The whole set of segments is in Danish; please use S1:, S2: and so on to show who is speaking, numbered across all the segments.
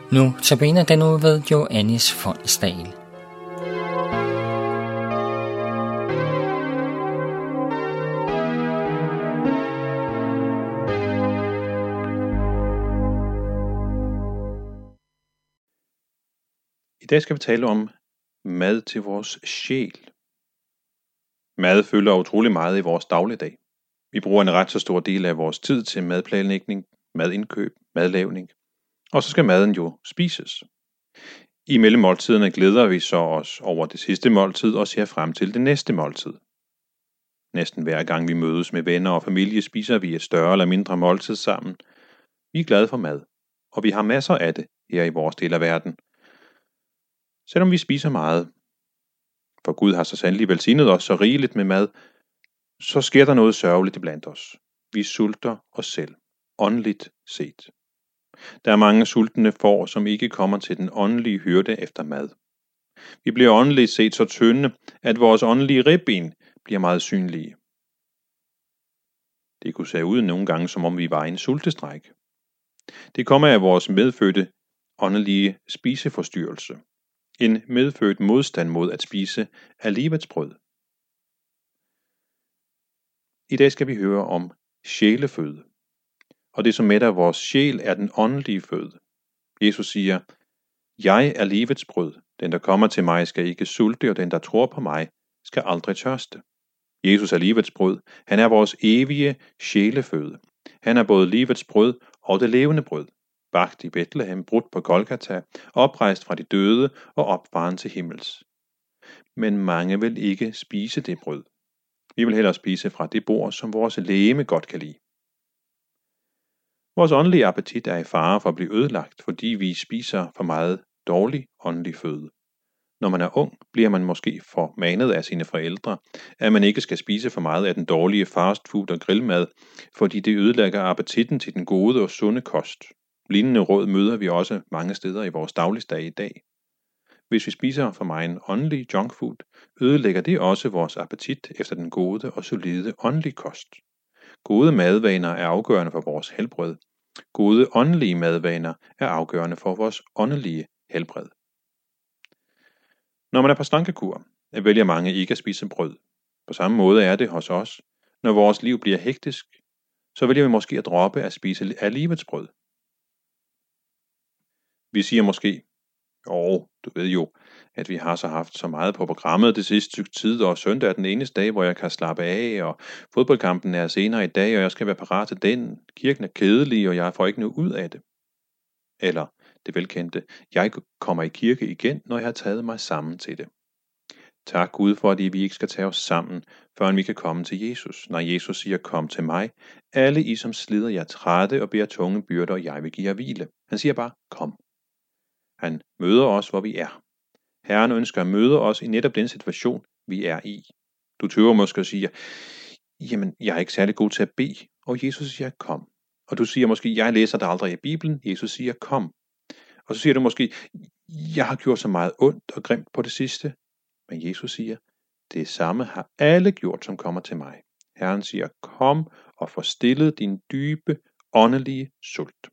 S1: Nu tabiner den ud ved Joannis Fondsdal.
S2: I dag skal vi tale om mad til vores sjæl. Mad fylder utrolig meget i vores dagligdag. Vi bruger en ret så stor del af vores tid til madplanlægning, madindkøb, madlavning. Og så skal maden jo spises. I mellemmåltiderne glæder vi så os over det sidste måltid og ser frem til det næste måltid. Næsten hver gang vi mødes med venner og familie, spiser vi et større eller mindre måltid sammen. Vi er glade for mad, og vi har masser af det her i vores del af verden. Selvom vi spiser meget, for Gud har så sandelig velsignet os så rigeligt med mad, så sker der noget sørgeligt iblandt os. Vi sulter os selv, åndeligt set. Der er mange sultne får, som ikke kommer til den åndelige hyrde efter mad. Vi bliver åndeligt set så tynde, at vores åndelige ribben bliver meget synlige. Det kunne se ud nogle gange, som om vi var i en sultestræk. Det kommer af vores medfødte åndelige spiseforstyrrelse. En medfødt modstand mod at spise af livets brød. I dag skal vi høre om sjæleføde. Og det som mætter vores sjæl er den åndelige føde. Jesus siger, jeg er livets brød. Den der kommer til mig skal ikke sulte, og den der tror på mig skal aldrig tørste. Jesus er livets brød. Han er vores evige sjæleføde. Han er både livets brød og det levende brød. Bagt i Bethlehem, brudt på Golgata, oprejst fra de døde og opfaren til himmels. Men mange vil ikke spise det brød. Vi vil hellere spise fra det bord, som vores legeme godt kan lide. Vores åndelige appetit er i fare for at blive ødelagt, fordi vi spiser for meget dårlig åndelig føde. Når man er ung, bliver man måske formanet af sine forældre, at man ikke skal spise for meget af den dårlige fastfood og grillmad, fordi det ødelægger appetitten til den gode og sunde kost. Lignende råd møder vi også mange steder i vores dagligdag i dag. Hvis vi spiser for meget åndelig junkfood, ødelægger det også vores appetit efter den gode og solide åndelige kost. Gode madvaner er afgørende for vores helbred. Gode åndelige madvaner er afgørende for vores åndelige helbred. Når man er på slankekur, vælger mange ikke at spise brød. På samme måde er det hos os. Når vores liv bliver hektisk, så vælger vi måske at droppe at spise af livets brød. Vi siger måske, du ved jo, at vi har så haft så meget på programmet det sidste stykke tid, og søndag er den eneste dag, hvor jeg kan slappe af, og fodboldkampen er senere i dag, og jeg skal være parat til den. Kirken er kedelig, og jeg får ikke noget ud af det. Eller det velkendte, jeg kommer i kirke igen, når jeg har taget mig sammen til det. Tak Gud for, at vi ikke skal tage os sammen, før vi kan komme til Jesus. Når Jesus siger, kom til mig, alle I som slider jer trætte og bærer tunge byrder, og jeg vil give jer hvile. Han siger bare, kom. Han møder os, hvor vi er. Herren ønsker at møde os i netop den situation, vi er i. Du tøver måske og siger, jamen, jeg er ikke særlig god til at bede, og Jesus siger, kom. Og du siger måske, jeg læser det aldrig i Bibelen. Jesus siger, kom. Og så siger du måske, jeg har gjort så meget ondt og grimt på det sidste. Men Jesus siger, det samme har alle gjort, som kommer til mig. Herren siger, kom og få stillet din dybe, åndelige sult.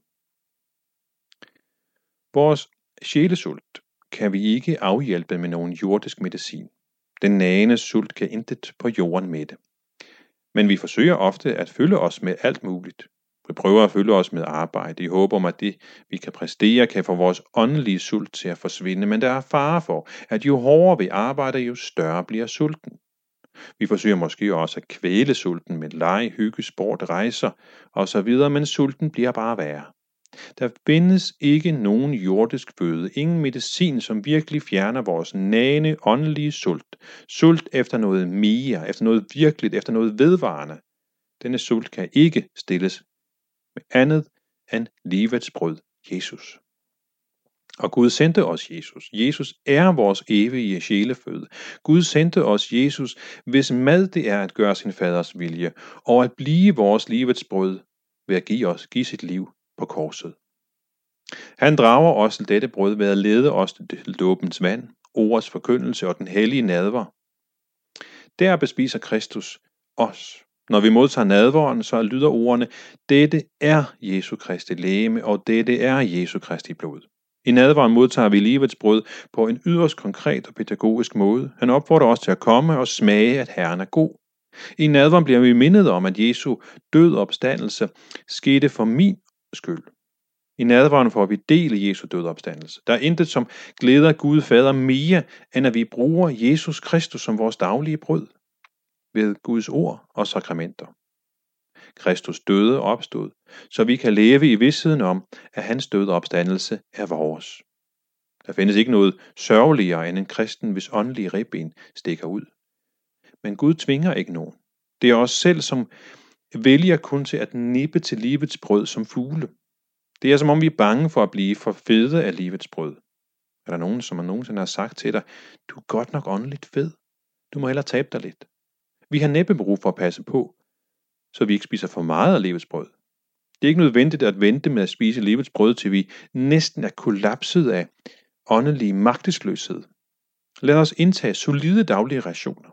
S2: Vores sjælesult kan vi ikke afhjælpe med nogen jordisk medicin. Den nagende sult kan intet på jorden mætte. Men vi forsøger ofte at fylde os med alt muligt. Vi prøver at fylde os med arbejde i håb om, at det, vi kan præstere, kan få vores åndelige sult til at forsvinde. Men der er fare for, at jo hårdere vi arbejder, jo større bliver sulten. Vi forsøger måske også at kvæle sulten med leg, hygge, sport, rejser osv., men sulten bliver bare værre. Der findes ikke nogen jordisk føde, ingen medicin, som virkelig fjerner vores nagende åndelige sult. Sult efter noget mere, efter noget virkeligt, efter noget vedvarende. Denne sult kan ikke stilles med andet end livets brød, Jesus. Og Gud sendte os Jesus. Jesus er vores evige sjæleføde. Gud sendte os Jesus, hvis mad det er at gøre sin faders vilje, og at blive vores livets brød ved at give sit liv på korset. Han drager os til dette brød ved at lede os til dåbens vand, ordets forkyndelse og den hellige nadver. Der bespiser Kristus os. Når vi modtager nadveren, så lyder ordene, dette er Jesu Kristi legeme, og dette er Jesu Kristi blod. I nadveren modtager vi livets brød på en yderst konkret og pædagogisk måde. Han opfordrer os til at komme og smage, at Herren er god. I nadveren bliver vi mindet om, at Jesu død og opstandelse skete for min skyld. I nadveren får vi del i Jesu død og opstandelse. Der er intet, som glæder Gud Fader mere, end at vi bruger Jesus Kristus som vores daglige brød ved Guds ord og sakramenter. Kristus døde og opstod, så vi kan leve i vidstheden om, at hans død og opstandelse er vores. Der findes ikke noget sørgeligere end en kristen, hvis åndelige ribben stikker ud. Men Gud tvinger ikke nogen. Det er os selv, som vælger kun til at nippe til livets brød som fugle. Det er som om vi er bange for at blive for fede af livets brød. Er der nogen, som nogensinde har sagt til dig, du er godt nok åndeligt fed. Du må hellere tabe dig lidt. Vi har næppe brug for at passe på, så vi ikke spiser for meget af livets brød. Det er ikke nødvendigt at vente med at spise livets brød, til vi næsten er kollapset af åndelig magtesløshed. Lad os indtage solide daglige rationer.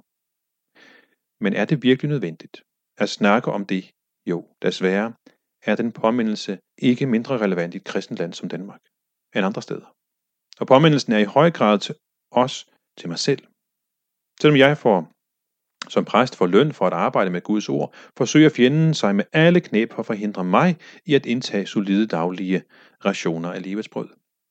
S2: Men er det virkelig nødvendigt at snakke om det? Jo, desværre er den påmindelse ikke mindre relevant i et kristent land som Danmark end andre steder. Og påmindelsen er i høj grad til os, til mig selv. Selvom jeg som præst får løn for at arbejde med Guds ord, forsøger fjenden sig med alle kneb for at forhindre mig i at indtage solide daglige rationer af livets brød.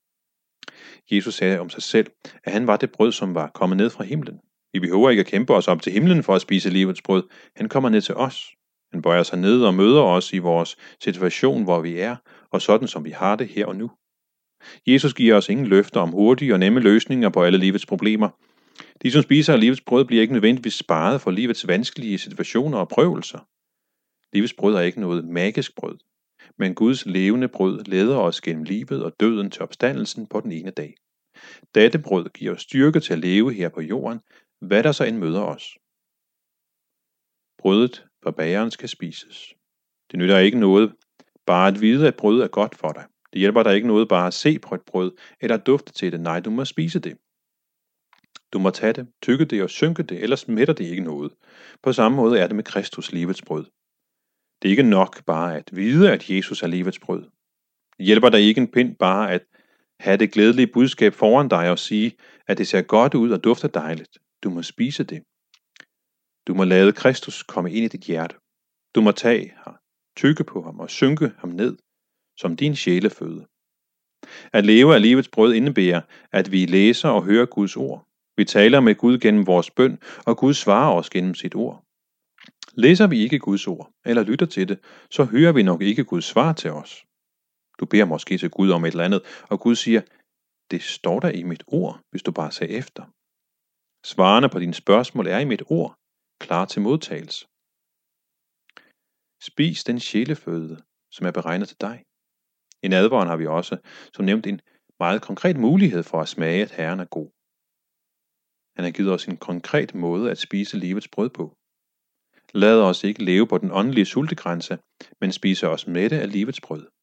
S2: Jesus sagde om sig selv, at han var det brød, som var kommet ned fra himlen. Vi behøver ikke at kæmpe os op til himlen for at spise livets brød. Han kommer ned til os. Han bøjer sig ned og møder os i vores situation, hvor vi er, og sådan som vi har det her og nu. Jesus giver os ingen løfter om hurtige og nemme løsninger på alle livets problemer. De, som spiser af livets brød, bliver ikke nødvendigvis sparet for livets vanskelige situationer og prøvelser. Livets brød er ikke noget magisk brød, men Guds levende brød leder os gennem livet og døden til opstandelsen på den ene dag. Dette brød giver os styrke til at leve her på jorden, hvad der så end møder os. Brødet fra bageren skal spises. Det nytter ikke noget bare at vide, at brød er godt for dig. Det hjælper dig ikke noget bare at se på et brød eller dufte til det. Nej, du må spise det. Du må tage det, tygge det og synke det, ellers mætter det ikke noget. På samme måde er det med Kristus livets brød. Det er ikke nok bare at vide, at Jesus er livets brød. Det hjælper dig ikke en pind bare at have det glædelige budskab foran dig og sige, at det ser godt ud og dufter dejligt. Du må spise det. Du må lade Kristus komme ind i dit hjerte. Du må tage ham, tygge på ham og synke ham ned som din sjæleføde. At leve af livets brød indebærer, at vi læser og hører Guds ord. Vi taler med Gud gennem vores bøn, og Gud svarer os gennem sit ord. Læser vi ikke Guds ord, eller lytter til det, så hører vi nok ikke Guds svar til os. Du beder måske til Gud om et eller andet, og Gud siger, det står der i mit ord, hvis du bare ser efter. Svarene på dine spørgsmål er i mit ord, klar til modtagelse. Spis den sjæleføde, som er beregnet til dig. I nadveren har vi også, som nævnt, en meget konkret mulighed for at smage, at Herren er god. Han har givet os en konkret måde at spise livets brød på. Lad os ikke leve på den åndelige sultegrænse, men spise os mætte af livets brød.